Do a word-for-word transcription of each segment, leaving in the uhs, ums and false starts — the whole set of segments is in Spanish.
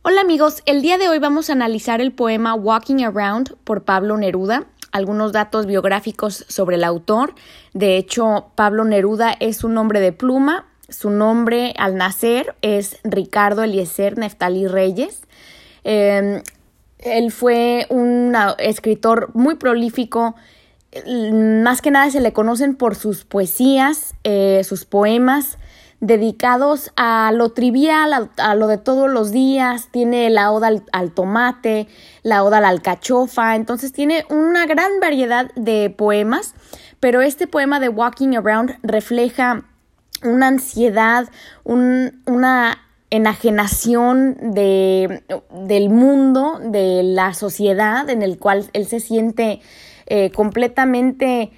Hola amigos, el día de hoy vamos a analizar el poema Walking Around por Pablo Neruda, algunos datos biográficos sobre el autor. De hecho, Pablo Neruda es un nombre de pluma, su nombre al nacer es Ricardo Eliezer Neftalí Reyes. Eh, él fue un escritor muy prolífico, más que nada se le conocen por sus poesías, eh, sus poemas, dedicados a lo trivial, a, a lo de todos los días. Tiene la oda al, al tomate, la oda a la alcachofa, entonces tiene una gran variedad de poemas, pero este poema de Walking Around refleja una ansiedad, un, una enajenación de, del mundo, de la sociedad en el cual él se siente eh, completamente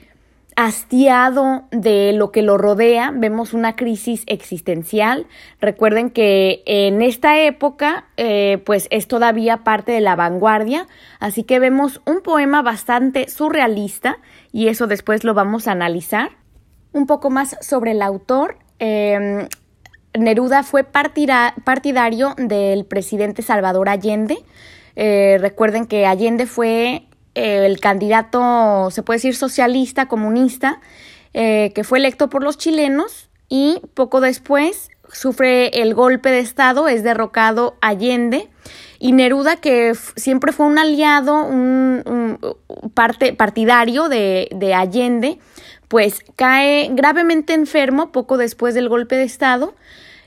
hastiado de lo que lo rodea. Vemos una crisis existencial. Recuerden que en esta época eh, pues es todavía parte de la vanguardia, así que vemos un poema bastante surrealista y eso después lo vamos a analizar. Un poco más sobre el autor. Eh, Neruda fue partida, partidario del presidente Salvador Allende. Eh, recuerden que Allende fue el candidato, se puede decir, socialista, comunista, eh, que fue electo por los chilenos y poco después sufre el golpe de estado, es derrocado Allende, y Neruda, que f- siempre fue un aliado, un, un parte, partidario de, de Allende, pues cae gravemente enfermo poco después del golpe de estado.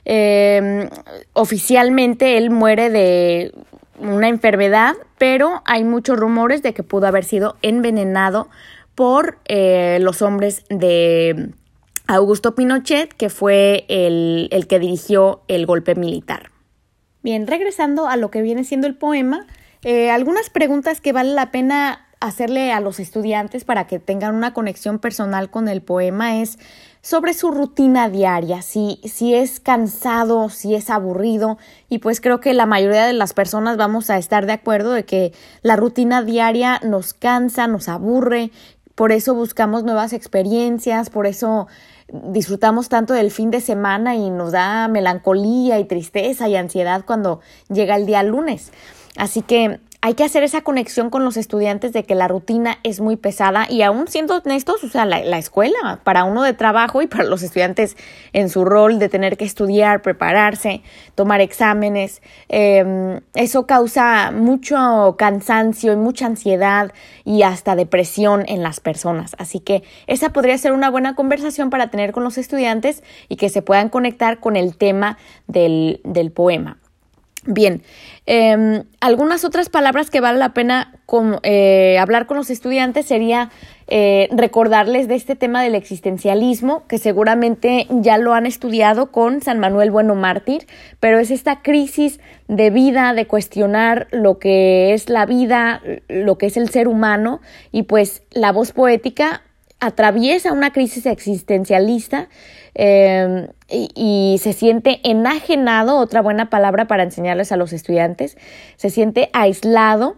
Eh, oficialmente él muere de una enfermedad, pero hay muchos rumores de que pudo haber sido envenenado por eh, los hombres de Augusto Pinochet, que fue el, el que dirigió el golpe militar. Bien, regresando a lo que viene siendo el poema, eh, algunas preguntas que vale la pena hacerle a los estudiantes para que tengan una conexión personal con el poema es sobre su rutina diaria, si, si es cansado, si es aburrido, y pues creo que la mayoría de las personas vamos a estar de acuerdo de que la rutina diaria nos cansa, nos aburre, por eso buscamos nuevas experiencias, por eso disfrutamos tanto del fin de semana y nos da melancolía y tristeza y ansiedad cuando llega el día lunes. Así que hay que hacer esa conexión con los estudiantes de que la rutina es muy pesada y aún siendo honestos, o sea, la, la escuela para uno de trabajo y para los estudiantes en su rol de tener que estudiar, prepararse, tomar exámenes, eh, eso causa mucho cansancio y mucha ansiedad y hasta depresión en las personas. Así que esa podría ser una buena conversación para tener con los estudiantes y que se puedan conectar con el tema del, del poema. Bien, eh, algunas otras palabras que vale la pena con, eh, hablar con los estudiantes sería eh, recordarles de este tema del existencialismo, que seguramente ya lo han estudiado con San Manuel Bueno Mártir, pero es esta crisis de vida, de cuestionar lo que es la vida, lo que es el ser humano, y pues la voz poética atraviesa una crisis existencialista eh, y, y se siente enajenado, otra buena palabra para enseñarles a los estudiantes, se siente aislado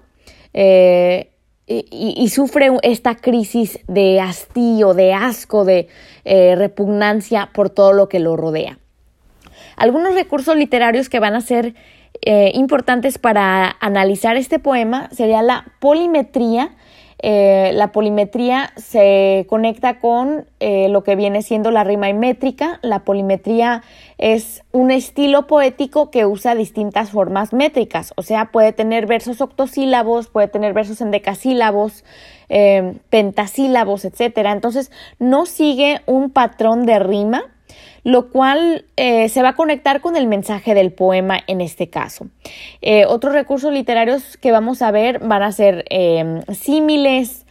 eh, y, y sufre esta crisis de hastío, de asco, de eh, repugnancia por todo lo que lo rodea. Algunos recursos literarios que van a ser eh, importantes para analizar este poema sería la polimetría. Eh, la polimetría se conecta con eh, lo que viene siendo la rima y métrica. La polimetría es un estilo poético que usa distintas formas métricas, o sea, puede tener versos octosílabos, puede tener versos endecasílabos, eh, pentasílabos, etcétera. Entonces, no sigue un patrón de rima, lo cual eh, se va a conectar con el mensaje del poema en este caso. Eh, otros recursos literarios que vamos a ver van a ser eh, símiles,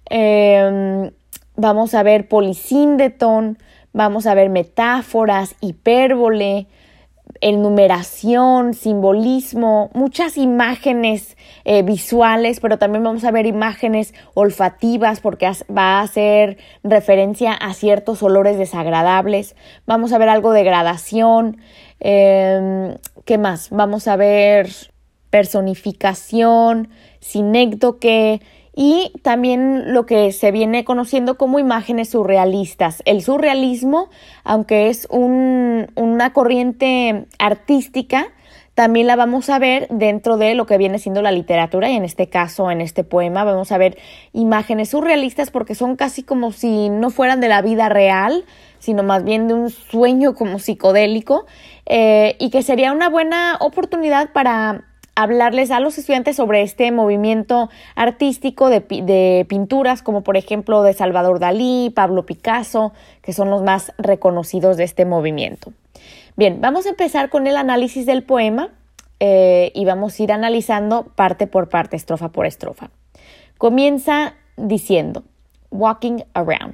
eh, vamos a ver polisíndeton, vamos a ver metáforas, hipérbole, enumeración, simbolismo, muchas imágenes eh, visuales, pero también vamos a ver imágenes olfativas porque va a hacer referencia a ciertos olores desagradables. Vamos a ver algo de gradación. Eh, ¿Qué más? Vamos a ver personificación, sinécdoque y también lo que se viene conociendo como imágenes surrealistas. El surrealismo, aunque es un, una corriente artística, también la vamos a ver dentro de lo que viene siendo la literatura, y en este caso, en este poema, vamos a ver imágenes surrealistas porque son casi como si no fueran de la vida real, sino más bien de un sueño como psicodélico, eh, y que sería una buena oportunidad para hablarles a los estudiantes sobre este movimiento artístico de, de pinturas, como por ejemplo de Salvador Dalí, Pablo Picasso, que son los más reconocidos de este movimiento. Bien, vamos a empezar con el análisis del poema eh, y vamos a ir analizando parte por parte, estrofa por estrofa. Comienza diciendo, walking around.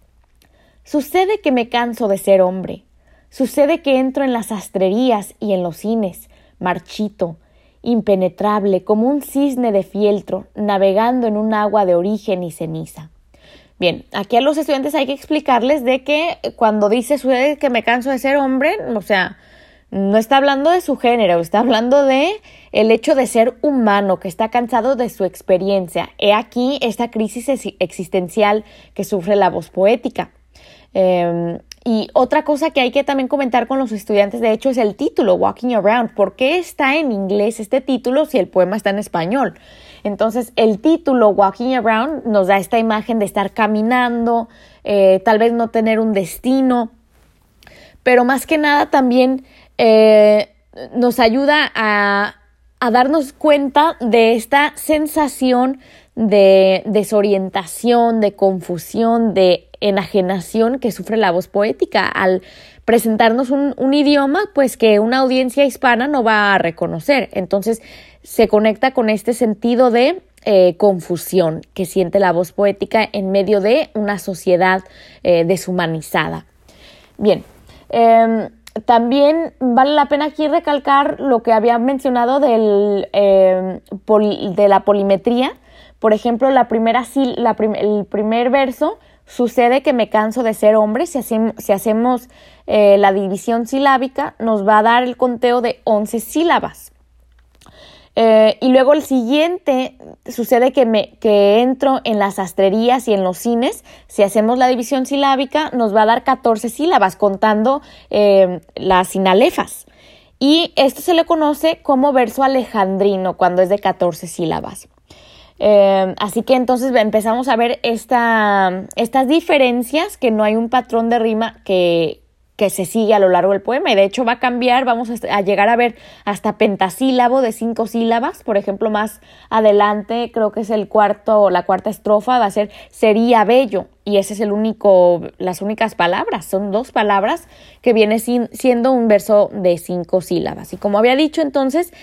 Sucede que me canso de ser hombre. Sucede que entro en las sastrerías y en los cines, marchito, impenetrable, como un cisne de fieltro, navegando en un agua de origen y ceniza. Bien, aquí a los estudiantes hay que explicarles de que cuando dice sucede que me canso de ser hombre, o sea, no está hablando de su género, está hablando de el hecho de ser humano, que está cansado de su experiencia. He aquí esta crisis existencial que sufre la voz poética. Eh, y otra cosa que hay que también comentar con los estudiantes, de hecho, es el título, Walking Around. ¿Por qué está en inglés este título si el poema está en español? Entonces, el título, Walking Around, nos da esta imagen de estar caminando, eh, tal vez no tener un destino, pero más que nada también eh, nos ayuda a, a darnos cuenta de esta sensación de desorientación, de confusión, de enajenación que sufre la voz poética al presentarnos un, un idioma pues que una audiencia hispana no va a reconocer. Entonces se conecta con este sentido de eh, confusión que siente la voz poética en medio de una sociedad eh, deshumanizada. Bien, eh, también vale la pena aquí recalcar lo que había mencionado del, eh, pol, de la polimetría. Por ejemplo, la primera, la prim, el primer verso, sucede que me canso de ser hombre. Si hacemos, si hacemos eh, la división silábica, nos va a dar el conteo de once sílabas. Eh, y luego el siguiente, sucede que, me, que entro en las sastrerías y en los cines. Si hacemos la división silábica, nos va a dar catorce sílabas, contando eh, las sinalefas. Y esto se le conoce como verso alejandrino, cuando es de catorce sílabas. Eh, así que entonces empezamos a ver esta, estas diferencias, que no hay un patrón de rima que, que se sigue a lo largo del poema, y de hecho va a cambiar, vamos a, a llegar a ver hasta pentasílabo de cinco sílabas. Por ejemplo, más adelante, creo que es el cuarto, la cuarta estrofa, va a ser sería bello, y ese es el único, las únicas palabras, son dos palabras que viene sin, siendo un verso de cinco sílabas. Y como había dicho entonces,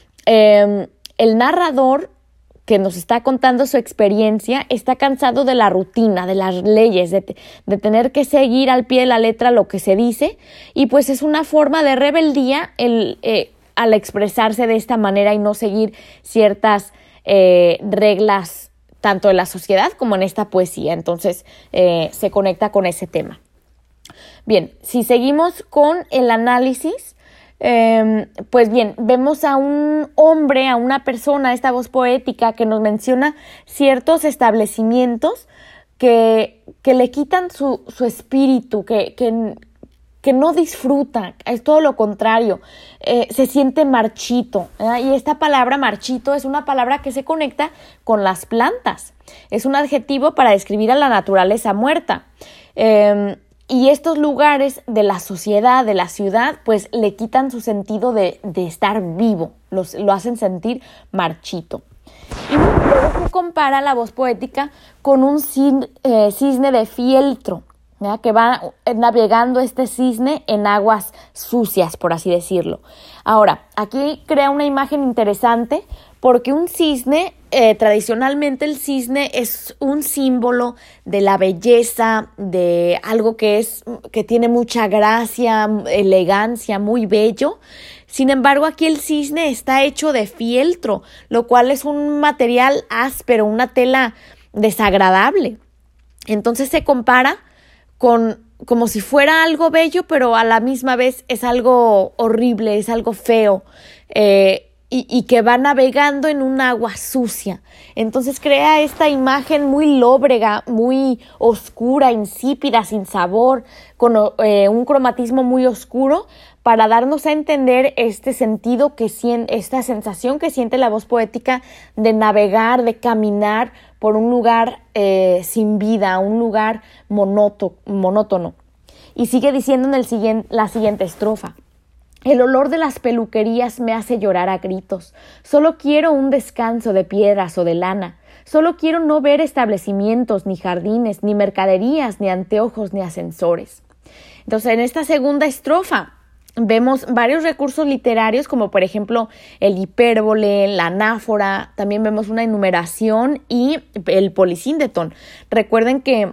eh, el narrador que nos está contando su experiencia, está cansado de la rutina, de las leyes, de, de tener que seguir al pie de la letra lo que se dice, y pues es una forma de rebeldía el, eh, al expresarse de esta manera y no seguir ciertas eh, reglas tanto en la sociedad como en esta poesía. Entonces eh, se conecta con ese tema. Bien, si seguimos con el análisis, Eh, pues bien, vemos a un hombre, a una persona, esta voz poética que nos menciona ciertos establecimientos que, que le quitan su, su espíritu, que, que, que no disfruta, es todo lo contrario, eh, se siente marchito, ¿verdad? Y esta palabra marchito es una palabra que se conecta con las plantas, es un adjetivo para describir a la naturaleza muerta. Eh, Y estos lugares de la sociedad, de la ciudad, pues le quitan su sentido de, de estar vivo, los, lo hacen sentir marchito. Y luego se compara la voz poética con un cisne, eh, cisne de fieltro, ¿verdad? Que va navegando este cisne en aguas sucias, por así decirlo. Ahora, aquí crea una imagen interesante porque un cisne, eh, tradicionalmente el cisne es un símbolo de la belleza, de algo que es, que tiene mucha gracia, elegancia, muy bello. Sin embargo, aquí el cisne está hecho de fieltro, lo cual es un material áspero, una tela desagradable. Entonces se compara con como si fuera algo bello, pero a la misma vez es algo horrible, es algo feo. Eh, Y, y que va navegando en un agua sucia. Entonces crea esta imagen muy lóbrega, muy oscura, insípida, sin sabor, con eh, un cromatismo muy oscuro, para darnos a entender este sentido que siente, esta sensación que siente la voz poética de navegar, de caminar por un lugar eh, sin vida, un lugar monótono, monótono. Y sigue diciendo en el siguiente, la siguiente estrofa. El olor de las peluquerías me hace llorar a gritos. Solo quiero un descanso de piedras o de lana. Solo quiero no ver establecimientos, ni jardines, ni mercaderías, ni anteojos, ni ascensores. Entonces, en esta segunda estrofa vemos varios recursos literarios, como por ejemplo el hipérbole, la anáfora, también vemos una enumeración y el polisíndeton. Recuerden que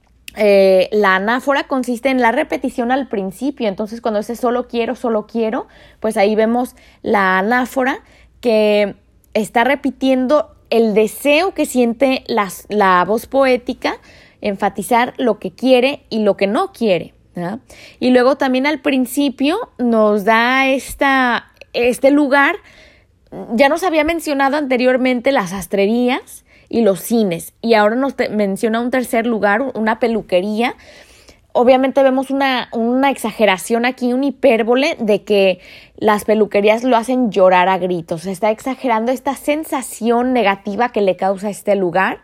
Eh, la anáfora consiste en la repetición al principio, entonces cuando dice solo quiero, solo quiero, pues ahí vemos la anáfora que está repitiendo el deseo que siente la, la voz poética, enfatizar lo que quiere y lo que no quiere, ¿no? Y luego también al principio nos da esta, este lugar, ya nos había mencionado anteriormente las sastrerías y los cines, y ahora nos te- menciona un tercer lugar, una peluquería. Obviamente vemos una, una exageración aquí, un hipérbole de que las peluquerías lo hacen llorar a gritos. Se está exagerando esta sensación negativa que le causa este lugar,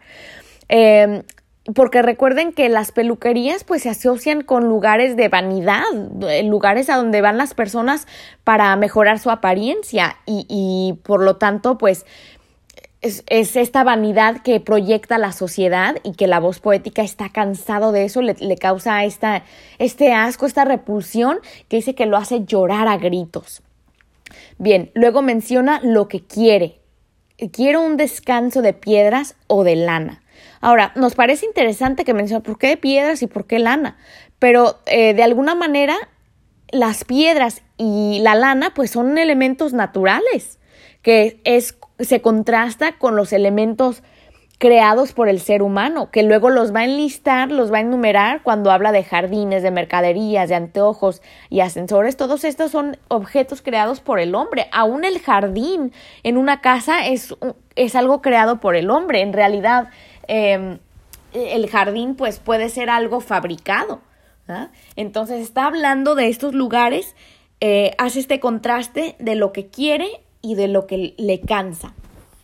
eh, porque recuerden que las peluquerías pues se asocian con lugares de vanidad, lugares a donde van las personas para mejorar su apariencia y, y por lo tanto pues Es, es esta vanidad que proyecta la sociedad y que la voz poética está cansado de eso, le, le causa esta, este asco, esta repulsión que dice que lo hace llorar a gritos. Bien, luego menciona lo que quiere. Quiero un descanso de piedras o de lana. Ahora, nos parece interesante que mencione por qué de piedras y por qué lana, pero eh, de alguna manera las piedras y la lana pues son elementos naturales, que es se contrasta con los elementos creados por el ser humano, que luego los va a enlistar, los va a enumerar cuando habla de jardines, de mercaderías, de anteojos y ascensores. Todos estos son objetos creados por el hombre. Aún el jardín en una casa es, es algo creado por el hombre. En realidad, eh, el jardín pues puede ser algo fabricado, ¿ah? Entonces está hablando de estos lugares, eh, hace este contraste de lo que quiere y de lo que le cansa.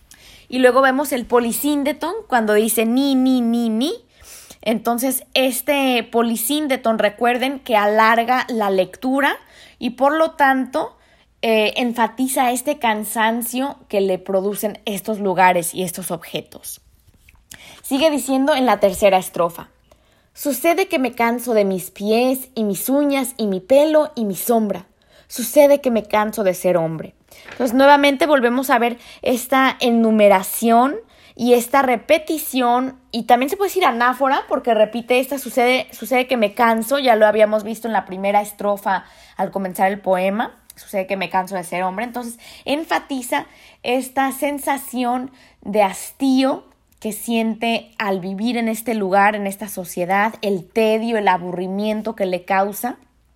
Y luego vemos el polisíndeton cuando dice ni, ni, ni, ni. Entonces este polisíndeton, recuerden que alarga la lectura y por lo tanto eh, enfatiza este cansancio que le producen estos lugares y estos objetos. Sigue diciendo en la tercera estrofa. Sucede que me canso de mis pies y mis uñas y mi pelo y mi sombra. Sucede que me canso de ser hombre. Entonces, nuevamente volvemos a ver esta enumeración y esta repetición, y también se puede decir anáfora, porque repite esta, sucede, sucede que me canso, ya lo habíamos visto en la primera estrofa al comenzar el poema, sucede que me canso de ser hombre. Entonces, enfatiza esta sensación de hastío que siente al vivir en este lugar, en esta sociedad, el tedio, el aburrimiento que le causa.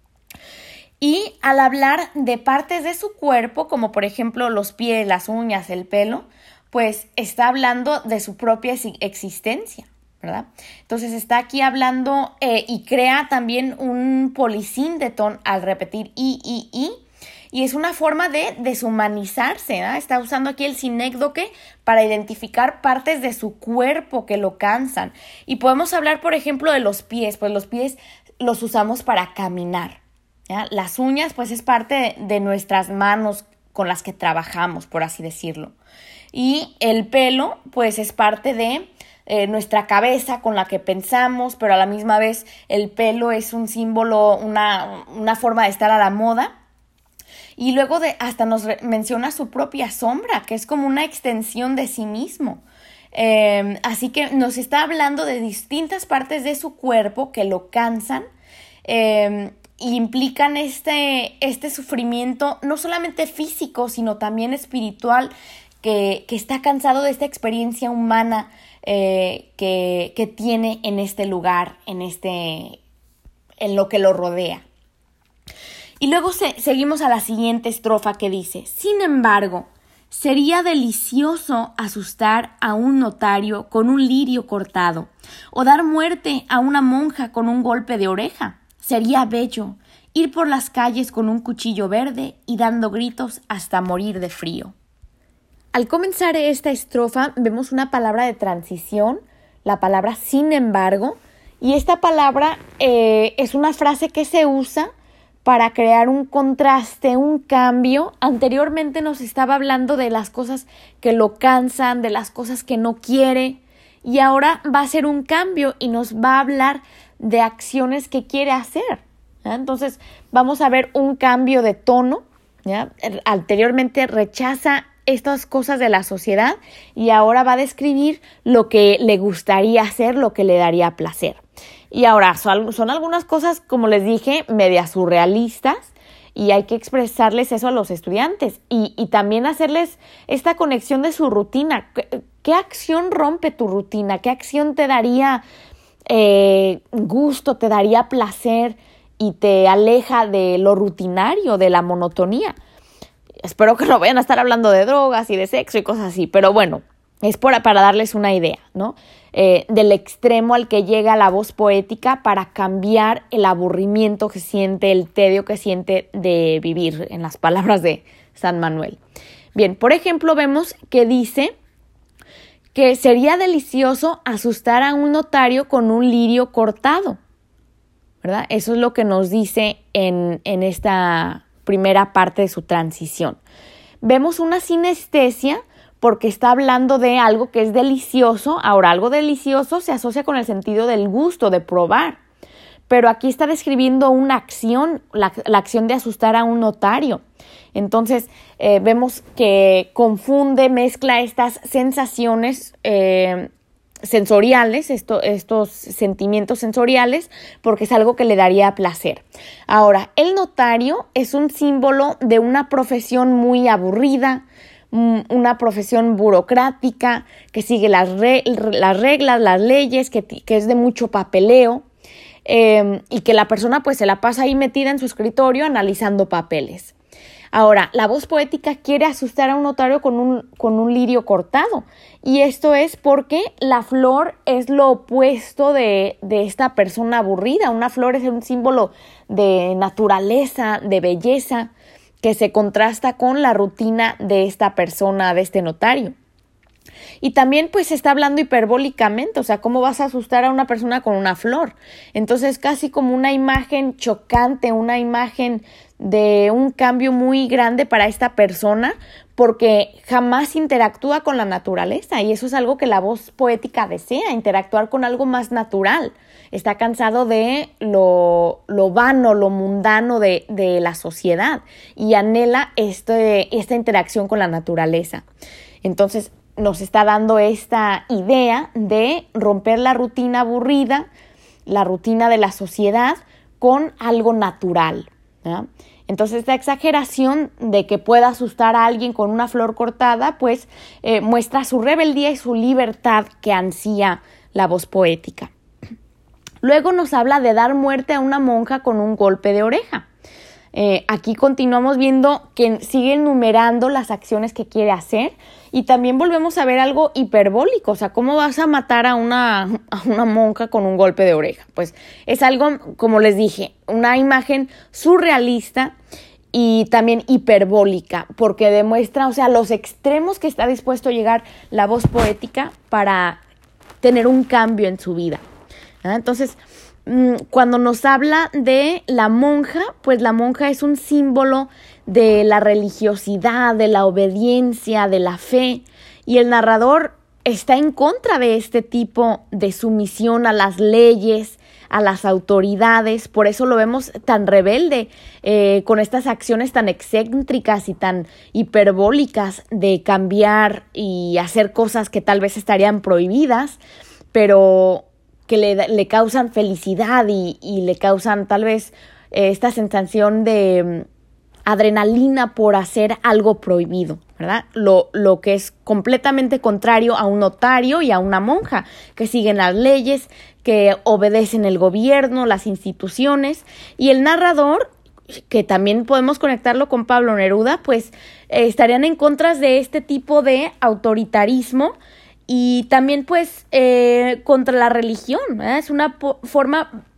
Y al hablar de partes de su cuerpo, como por ejemplo los pies, las uñas, el pelo, pues está hablando de su propia existencia, ¿verdad? Entonces está aquí hablando eh, y crea también un polisíndeton al repetir i, i, i, y es una forma de deshumanizarse, ¿verdad? Está usando aquí el sinécdoque para identificar partes de su cuerpo que lo cansan. Y podemos hablar, por ejemplo, de los pies, pues los pies los usamos para caminar. ¿Ya? Las uñas pues es parte de, de nuestras manos con las que trabajamos, por así decirlo. Y el pelo pues es parte de eh, nuestra cabeza con la que pensamos, pero a la misma vez el pelo es un símbolo, una, una forma de estar a la moda. Y luego de, hasta nos re- menciona su propia sombra, que es como una extensión de sí mismo. Eh, así que nos está hablando de distintas partes de su cuerpo que lo cansan, eh, y implican este, este sufrimiento no solamente físico, sino también espiritual, que, que está cansado de esta experiencia humana eh, que, que tiene en este lugar, en, este, en lo que lo rodea. Y luego se, seguimos a la siguiente estrofa que dice, sin embargo, sería delicioso asustar a un notario con un lirio cortado, o dar muerte a una monja con un golpe de oreja. Sería bello ir por las calles con un cuchillo verde y dando gritos hasta morir de frío. Al comenzar esta estrofa vemos una palabra de transición, la palabra sin embargo, y esta palabra eh, es una frase que se usa para crear un contraste, un cambio. Anteriormente nos estaba hablando de las cosas que lo cansan, de las cosas que no quiere, y ahora va a ser un cambio y nos va a hablar de acciones que quiere hacer, ¿ya? Entonces vamos a ver un cambio de tono, ¿ya? Anteriormente rechaza estas cosas de la sociedad y ahora va a describir lo que le gustaría hacer, lo que le daría placer. Y ahora son, son algunas cosas, como les dije, medias surrealistas, y hay que expresarles eso a los estudiantes y, y también hacerles esta conexión de su rutina. ¿Qué, qué acción rompe tu rutina? ¿Qué acción te daría eh, gusto, te daría placer y te aleja de lo rutinario, de la monotonía? Espero que no vayan a estar hablando de drogas y de sexo y cosas así, pero bueno, es por, para darles una idea, ¿no? Eh, del extremo al que llega la voz poética para cambiar el aburrimiento que siente, el tedio que siente de vivir, en las palabras de San Manuel. Bien, por ejemplo, vemos que dice que sería delicioso asustar a un notario con un lirio cortado, ¿verdad? Eso es lo que nos dice en, en esta primera parte de su transición. Vemos una sinestesia porque está hablando de algo que es delicioso. Ahora, algo delicioso se asocia con el sentido del gusto, de probar. Pero aquí está describiendo una acción, la, la acción de asustar a un notario. Entonces, eh, vemos que confunde, mezcla estas sensaciones eh, sensoriales, esto, estos sentimientos sensoriales, porque es algo que le daría placer. Ahora, el notario es un símbolo de una profesión muy aburrida, una profesión burocrática que sigue las, re- las reglas, las leyes, que, que es de mucho papeleo eh, y que la persona pues se la pasa ahí metida en su escritorio analizando papeles. Ahora, la voz poética quiere asustar a un notario con un, con un lirio cortado, y esto es porque la flor es lo opuesto de, de esta persona aburrida. Una flor es un símbolo de naturaleza, de belleza, que se contrasta con la rutina de esta persona, de este notario. Y también pues se está hablando hiperbólicamente, o sea, ¿cómo vas a asustar a una persona con una flor? Entonces casi como una imagen chocante, una imagen de un cambio muy grande para esta persona, porque jamás interactúa con la naturaleza, y eso es algo que la voz poética desea, interactuar con algo más natural. Está cansado de lo, lo vano, lo mundano de, de la sociedad, y anhela este, esta interacción con la naturaleza. Entonces nos está dando esta idea de romper la rutina aburrida, la rutina de la sociedad, con algo natural, ¿no? Entonces esta exageración de que pueda asustar a alguien con una flor cortada, pues eh, muestra su rebeldía y su libertad que ansía la voz poética. Luego nos habla de dar muerte a una monja con un golpe de oreja. Eh, aquí continuamos viendo que sigue enumerando las acciones que quiere hacer, y también volvemos a ver algo hiperbólico. O sea, ¿cómo vas a matar a una, a una monja con un golpe de oreja? Pues es algo, como les dije, una imagen surrealista y también hiperbólica, porque demuestra, o sea, los extremos que está dispuesto a llegar la voz poética para tener un cambio en su vida, ¿ah? Entonces, cuando nos habla de la monja, pues la monja es un símbolo de la religiosidad, de la obediencia, de la fe, y el narrador está en contra de este tipo de sumisión a las leyes, a las autoridades. Por eso lo vemos tan rebelde, eh, con estas acciones tan excéntricas y tan hiperbólicas de cambiar y hacer cosas que tal vez estarían prohibidas, pero que le, le causan felicidad y, y le causan tal vez eh, esta sensación de um, adrenalina por hacer algo prohibido, ¿verdad? Lo, lo que es completamente contrario a un notario y a una monja, que siguen las leyes, que obedecen el gobierno, las instituciones, y el narrador, que también podemos conectarlo con Pablo Neruda, pues eh, estarían en contra de este tipo de autoritarismo. Y también pues eh, contra la religión, ¿eh? Es una po- forma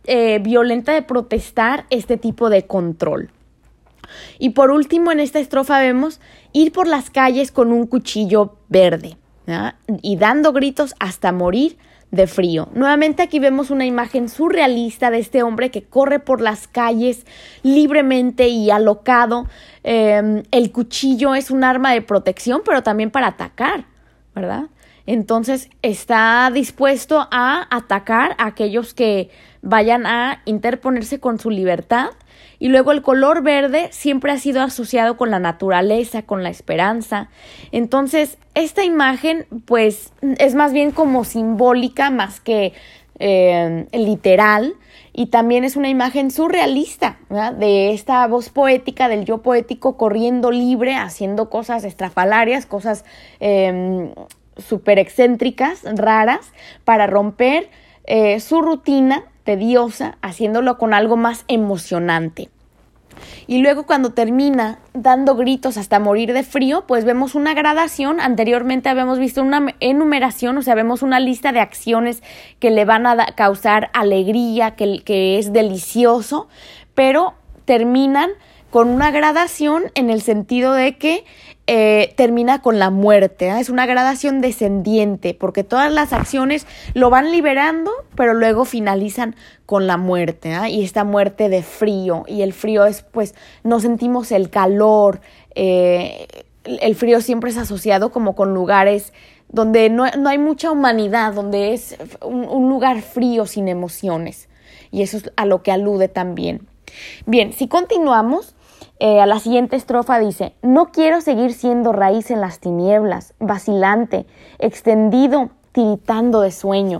eh, violenta de protestar este tipo de control. Y por último, en esta estrofa vemos ir por las calles con un cuchillo verde, ¿verdad? Y dando gritos hasta morir de frío. Nuevamente aquí vemos una imagen surrealista de este hombre que corre por las calles libremente y alocado. Eh, el cuchillo es un arma de protección, pero también para atacar, ¿verdad? Entonces está dispuesto a atacar a aquellos que vayan a interponerse con su libertad. Y luego el color verde siempre ha sido asociado con la naturaleza, con la esperanza. Entonces, esta imagen, pues, es más bien como simbólica más que eh, literal. Y también es una imagen surrealista, ¿verdad? De esta voz poética, del yo poético corriendo libre, haciendo cosas estrafalarias, cosas eh, súper excéntricas, raras, para romper eh, su rutina tediosa, haciéndolo con algo más emocionante. Y luego cuando termina dando gritos hasta morir de frío, pues vemos una gradación. Anteriormente habíamos visto una enumeración, o sea, vemos una lista de acciones que le van a da- causar alegría, que, que es delicioso, pero terminan con una gradación en el sentido de que eh, termina con la muerte, ¿eh? Es una gradación descendiente, porque todas las acciones lo van liberando, pero luego finalizan con la muerte, ¿eh? Y esta muerte de frío, y el frío es, pues, no sentimos el calor, eh, el frío siempre es asociado como con lugares donde no, no hay mucha humanidad, donde es un, un lugar frío sin emociones, y eso es a lo que alude también. Bien, si continuamos, Eh, a la siguiente estrofa dice: no quiero seguir siendo raíz en las tinieblas, vacilante, extendido, tiritando de sueño.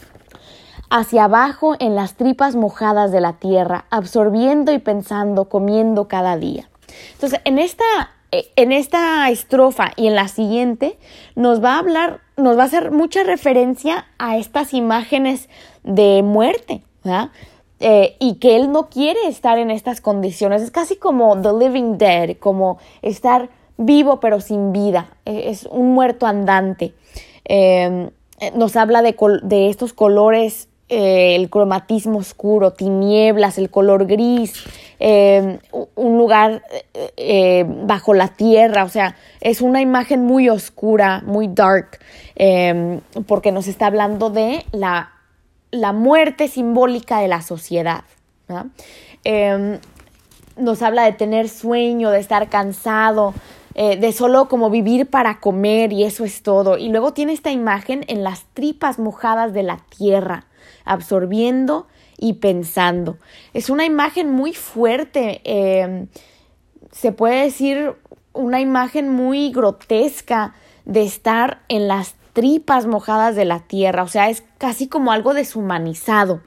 Hacia abajo en las tripas mojadas de la tierra, absorbiendo y pensando, comiendo cada día. Entonces, en esta, en esta estrofa y en la siguiente nos va a hablar, nos va a hacer mucha referencia a estas imágenes de muerte, ¿verdad? Eh, y que él no quiere estar en estas condiciones. Es casi como The Living Dead, como estar vivo pero sin vida. Eh, es un muerto andante. Eh, nos habla de, col- de estos colores, eh, el cromatismo oscuro, tinieblas, el color gris, eh, un lugar eh, bajo la tierra. O sea, es una imagen muy oscura, muy dark, eh, porque nos está hablando de la la muerte simbólica de la sociedad, ¿verdad? Eh, nos habla de tener sueño, de estar cansado, eh, de solo como vivir para comer y eso es todo. Y luego tiene esta imagen en las tripas mojadas de la tierra, absorbiendo y pensando. Es una imagen muy fuerte, eh, se puede decir una imagen muy grotesca de estar en las tripas mojadas de la tierra, o sea, es casi como algo deshumanizado.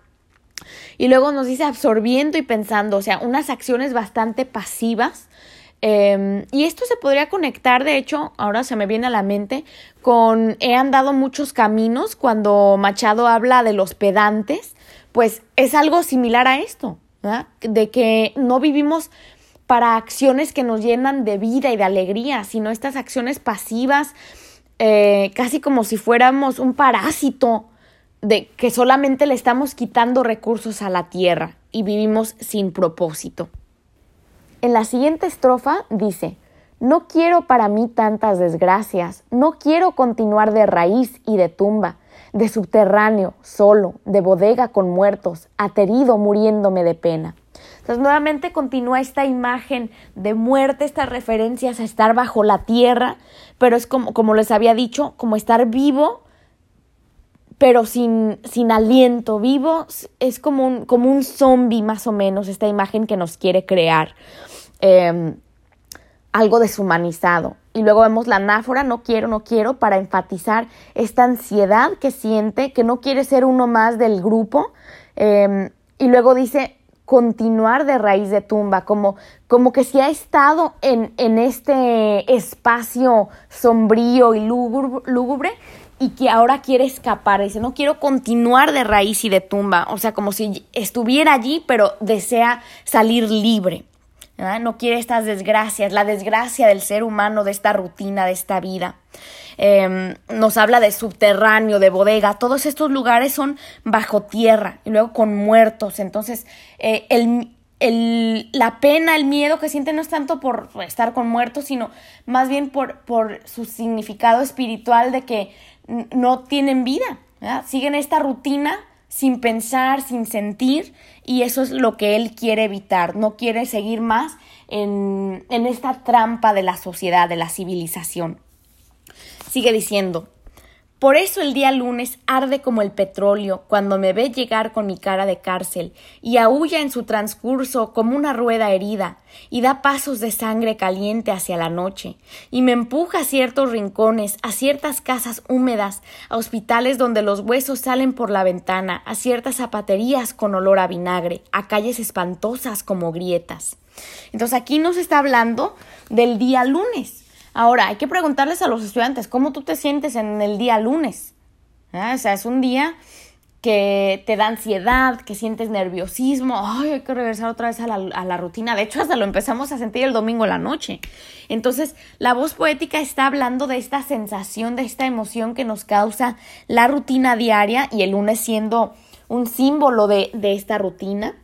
Y luego nos dice absorbiendo y pensando, o sea, unas acciones bastante pasivas. Eh, y esto se podría conectar, de hecho, ahora se me viene a la mente, con he andado muchos caminos, cuando Machado habla de los pedantes, pues es algo similar a esto, ¿verdad? De que no vivimos para acciones que nos llenan de vida y de alegría, sino estas acciones pasivas, Eh, casi como si fuéramos un parásito de que solamente le estamos quitando recursos a la tierra y vivimos sin propósito. En la siguiente estrofa dice: no quiero para mí tantas desgracias, no quiero continuar de raíz y de tumba, de subterráneo, solo, de bodega con muertos, aterido muriéndome de pena. Entonces nuevamente continúa esta imagen de muerte, estas referencias a estar bajo la tierra, pero es como, como les había dicho, como estar vivo, pero sin, sin aliento. Vivo es como un, como un zombie más o menos, esta imagen que nos quiere crear, eh, algo deshumanizado. Y luego vemos la anáfora, no quiero, no quiero, para enfatizar esta ansiedad que siente, que no quiere ser uno más del grupo. Eh, y luego dice continuar de raíz de tumba, como, como que si ha estado en, en este espacio sombrío y lúgubre, lúgubre y que ahora quiere escapar. Dice, no quiero continuar de raíz y de tumba. O sea, como si estuviera allí, pero desea salir libre. ¿verdad? No quiere estas desgracias, la desgracia del ser humano, de esta rutina, de esta vida. Eh, nos habla de subterráneo, de bodega. Todos estos lugares son bajo tierra y luego con muertos. Entonces, eh, el, el, la pena, el miedo que sienten no es tanto por estar con muertos, sino más bien por, por su significado espiritual de que n- no tienen vida, ¿verdad? Siguen esta rutina sin pensar, sin sentir, y eso es lo que él quiere evitar. No quiere seguir más en, en esta trampa de la sociedad, de la civilización. Sigue diciendo: por eso el día lunes arde como el petróleo cuando me ve llegar con mi cara de cárcel y aúlla en su transcurso como una rueda herida y da pasos de sangre caliente hacia la noche y me empuja a ciertos rincones, a ciertas casas húmedas, a hospitales donde los huesos salen por la ventana, a ciertas zapaterías con olor a vinagre, a calles espantosas como grietas. Entonces aquí nos está hablando del día lunes. Ahora, hay que preguntarles a los estudiantes, ¿cómo tú te sientes en el día lunes? ¿Ah? O sea, es un día que te da ansiedad, que sientes nerviosismo. Ay, hay que regresar otra vez a la, a la rutina. De hecho, hasta lo empezamos a sentir el domingo en la noche. Entonces, la voz poética está hablando de esta sensación, de esta emoción que nos causa la rutina diaria, y el lunes siendo un símbolo de, de esta rutina.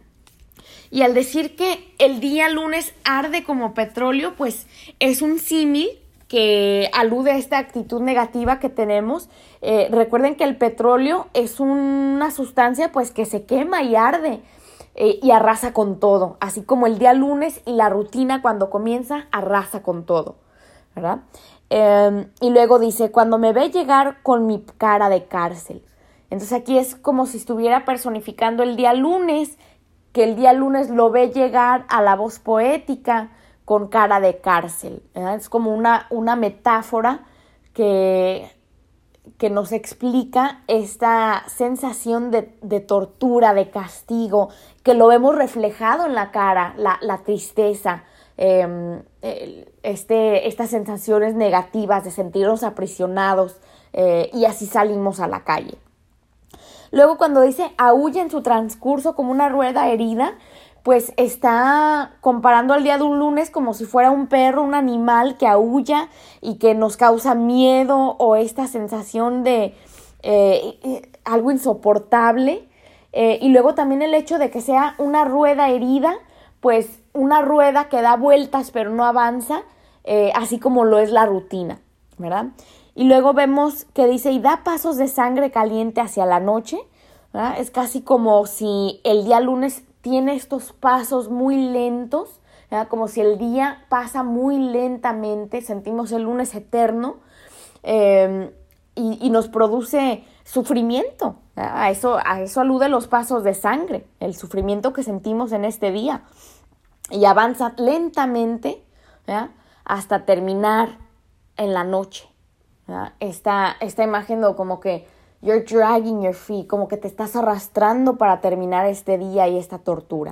Y al decir que el día lunes arde como petróleo, pues es un símil que alude a esta actitud negativa que tenemos. Eh, recuerden que el petróleo es una sustancia pues que se quema y arde eh, y arrasa con todo. Así como el día lunes y la rutina cuando comienza arrasa con todo, ¿verdad? Eh, y luego dice, cuando me ve llegar con mi cara de cárcel. Entonces aquí es como si estuviera personificando el día lunes, que el día lunes lo ve llegar a la voz poética con cara de cárcel, ¿verdad? Es como una, una metáfora que, que nos explica esta sensación de, de tortura, de castigo, que lo vemos reflejado en la cara, la, la tristeza, eh, este, estas sensaciones negativas de sentirnos aprisionados, eh, y así salimos a la calle. Luego cuando dice aúlla en su transcurso como una rueda herida, pues está comparando al día de un lunes como si fuera un perro, un animal que aúlla y que nos causa miedo o esta sensación de eh, algo insoportable. Eh, y luego también el hecho de que sea una rueda herida, pues una rueda que da vueltas pero no avanza, eh, así como lo es la rutina, ¿verdad? Y luego vemos que dice, y da pasos de sangre caliente hacia la noche, ¿verdad? Es casi como si el día lunes tiene estos pasos muy lentos, ¿verdad? Como si el día pasa muy lentamente, sentimos el lunes eterno, eh, y, y nos produce sufrimiento, ¿verdad? A eso, a eso alude los pasos de sangre, el sufrimiento que sentimos en este día. Y avanza lentamente, ¿verdad? Hasta terminar en la noche. Esta, esta imagen de como que you're dragging your feet, como que te estás arrastrando para terminar este día y esta tortura.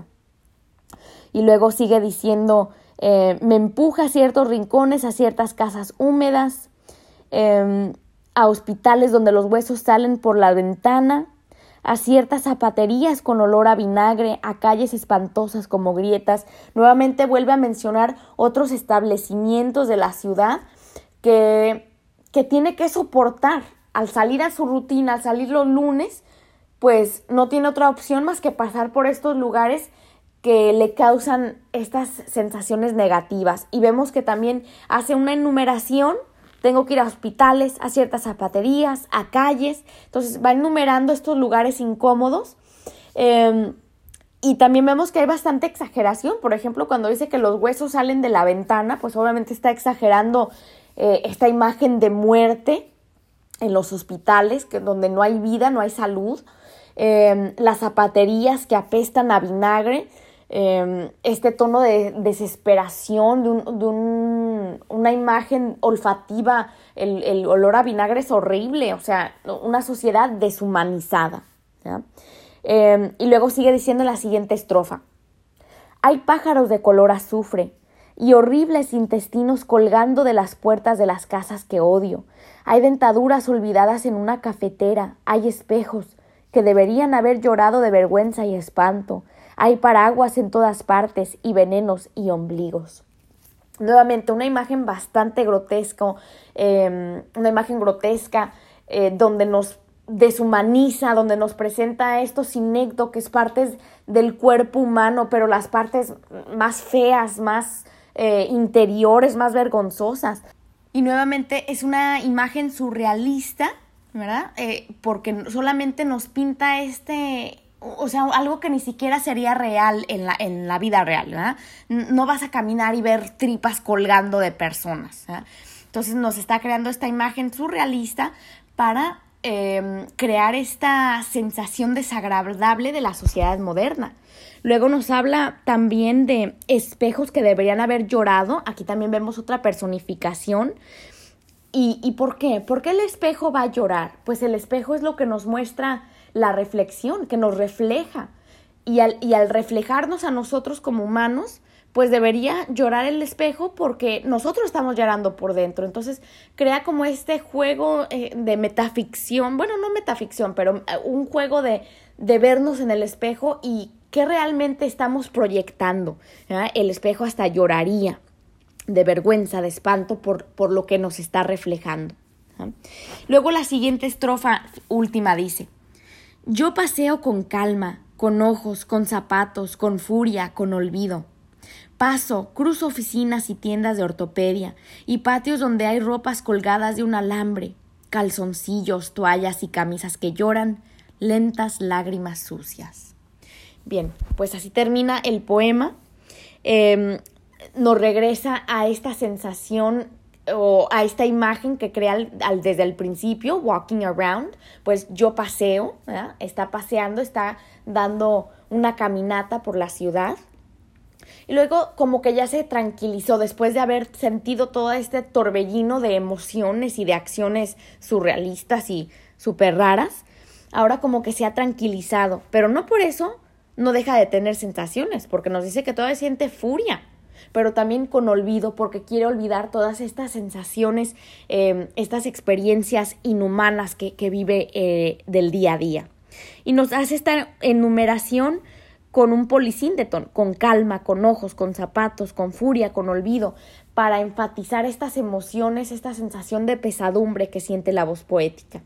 Y luego sigue diciendo, eh, me empuja a ciertos rincones, a ciertas casas húmedas, eh, a hospitales donde los huesos salen por la ventana, a ciertas zapaterías con olor a vinagre, a calles espantosas como grietas. Nuevamente vuelve a mencionar otros establecimientos de la ciudad que... que tiene que soportar al salir a su rutina, al salir los lunes, pues no tiene otra opción más que pasar por estos lugares que le causan estas sensaciones negativas. Y vemos que también hace una enumeración, tengo que ir a hospitales, a ciertas zapaterías, a calles, entonces va enumerando estos lugares incómodos. Eh, y también vemos que hay bastante exageración, por ejemplo, cuando dice que los huesos salen de la ventana, pues obviamente está exagerando Eh, esta imagen de muerte en los hospitales, que donde no hay vida, no hay salud, eh, las zapaterías que apestan a vinagre, eh, este tono de desesperación, de, un, de un, una imagen olfativa, el, el olor a vinagre es horrible, o sea, una sociedad deshumanizada, ¿ya? Eh, y luego sigue diciendo la siguiente estrofa, hay pájaros de color azufre, y horribles intestinos colgando de las puertas de las casas que odio. Hay dentaduras olvidadas en una cafetera, hay espejos que deberían haber llorado de vergüenza y espanto. Hay paraguas en todas partes y venenos y ombligos. Nuevamente, una imagen bastante grotesca, eh, una imagen grotesca eh, donde nos deshumaniza, donde nos presenta estos sinécdoques, partes del cuerpo humano, pero las partes más feas, más eh, interiores, más vergonzosas. Y nuevamente es una imagen surrealista, ¿verdad? Eh, porque solamente nos pinta este, o sea, algo que ni siquiera sería real en la, en la vida real, ¿verdad? No vas a caminar y ver tripas colgando de personas, ¿verdad? Entonces nos está creando esta imagen surrealista para eh, crear esta sensación desagradable de la sociedad moderna. Luego nos habla también de espejos que deberían haber llorado. Aquí también vemos otra personificación. ¿Y, y por qué? ¿Por qué el espejo va a llorar? Pues el espejo es lo que nos muestra la reflexión, que nos refleja. Y al, y al reflejarnos a nosotros como humanos, pues debería llorar el espejo porque nosotros estamos llorando por dentro. Entonces crea como este juego eh, de metaficción, bueno, no metaficción, pero un juego de, de vernos en el espejo y qué realmente estamos proyectando, ¿verdad? El espejo hasta lloraría de vergüenza, de espanto por, por lo que nos está reflejando, ¿verdad? Luego la siguiente estrofa última dice: yo paseo con calma, con ojos, con zapatos, con furia, con olvido. Paso, cruzo oficinas y tiendas de ortopedia y patios donde hay ropas colgadas de un alambre, calzoncillos, toallas y camisas que lloran, lentas lágrimas sucias. Bien, pues así termina el poema. Eh, nos regresa a esta sensación o a esta imagen que crea al, al, desde el principio, walking around, pues yo paseo, ¿verdad? Está paseando, está dando una caminata por la ciudad. Y luego como que ya se tranquilizó después de haber sentido todo este torbellino de emociones y de acciones surrealistas y súper raras. Ahora como que se ha tranquilizado, pero no por eso no deja de tener sensaciones, porque nos dice que todavía siente furia, pero también con olvido, porque quiere olvidar todas estas sensaciones, eh, estas experiencias inhumanas que, que vive eh, del día a día. Y nos hace esta enumeración con un polisíndeton, con calma, con ojos, con zapatos, con furia, con olvido, para enfatizar estas emociones, esta sensación de pesadumbre que siente la voz poética.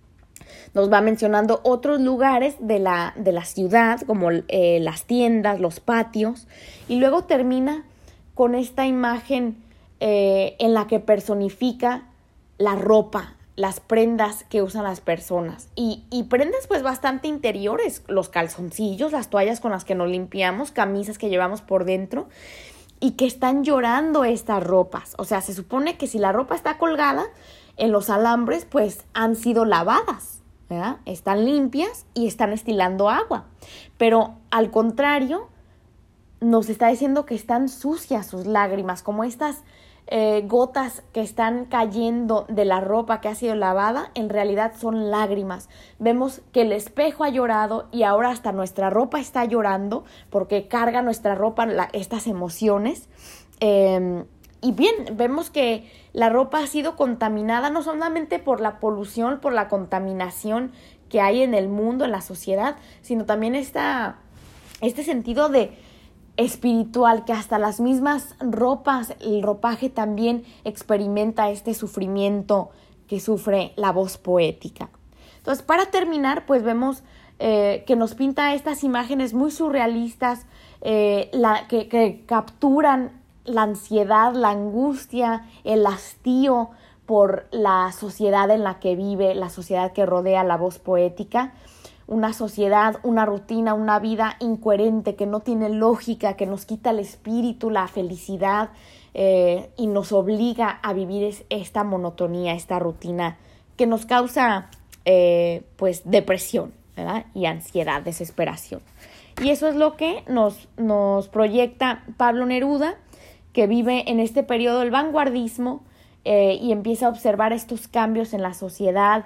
Nos va mencionando otros lugares de la, de la ciudad, como eh, las tiendas, los patios, y luego termina con esta imagen eh, en la que personifica la ropa, las prendas que usan las personas. Y, y prendas pues bastante interiores, los calzoncillos, las toallas con las que nos limpiamos, camisas que llevamos por dentro, y que están llorando estas ropas. O sea, se supone que si la ropa está colgada en los alambres, pues han sido lavadas, ¿verdad? Están limpias y están estilando agua. Pero al contrario, nos está diciendo que están sucias sus lágrimas, como estas eh, gotas que están cayendo de la ropa que ha sido lavada, en realidad son lágrimas. Vemos que el espejo ha llorado y ahora hasta nuestra ropa está llorando porque carga nuestra ropa la, estas emociones. Eh, y bien, vemos que la ropa ha sido contaminada no solamente por la polución, por la contaminación que hay en el mundo, en la sociedad, sino también esta, este sentido de espiritual, que hasta las mismas ropas, el ropaje también experimenta este sufrimiento que sufre la voz poética. Entonces, para terminar, pues vemos eh, que nos pinta estas imágenes muy surrealistas, eh, la, que, que capturan la ansiedad, la angustia, el hastío por la sociedad en la que vive, la sociedad que rodea la voz poética. Una sociedad, una rutina, una vida incoherente que no tiene lógica, que nos quita el espíritu, la felicidad eh, y nos obliga a vivir es, esta monotonía, esta rutina que nos causa eh, pues depresión, ¿verdad? Y ansiedad, desesperación. Y eso es lo que nos, nos proyecta Pablo Neruda, que vive en este periodo del vanguardismo eh, y empieza a observar estos cambios en la sociedad,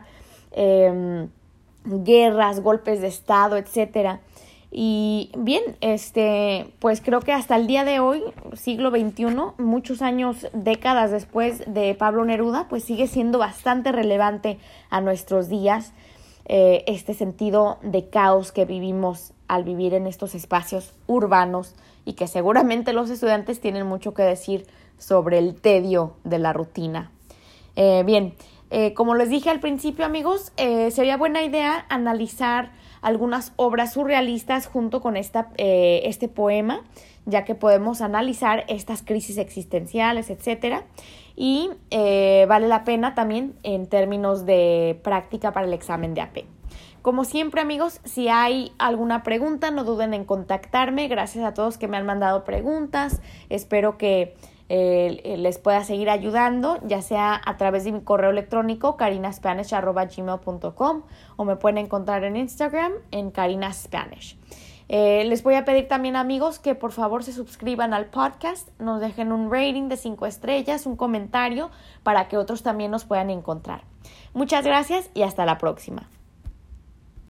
eh, guerras, golpes de estado, etcétera. Y bien, este, pues creo que hasta el día de hoy, siglo veintiuno, muchos años, décadas después de Pablo Neruda, pues sigue siendo bastante relevante a nuestros días eh, este sentido de caos que vivimos al vivir en estos espacios urbanos y que seguramente los estudiantes tienen mucho que decir sobre el tedio de la rutina. Eh, bien, eh, como les dije al principio, amigos, eh, sería buena idea analizar algunas obras surrealistas junto con esta, eh, este poema, ya que podemos analizar estas crisis existenciales, etcétera. Y eh, vale la pena también en términos de práctica para el examen de A P. Como siempre, amigos, si hay alguna pregunta, no duden en contactarme. Gracias a todos que me han mandado preguntas. Espero que eh, les pueda seguir ayudando, ya sea a través de mi correo electrónico carinaspanish arroba gmail punto com o me pueden encontrar en Instagram en carinaspanish. Eh, les voy a pedir también, amigos, que por favor se suscriban al podcast, nos dejen un rating de cinco estrellas, un comentario para que otros también nos puedan encontrar. Muchas gracias y hasta la próxima.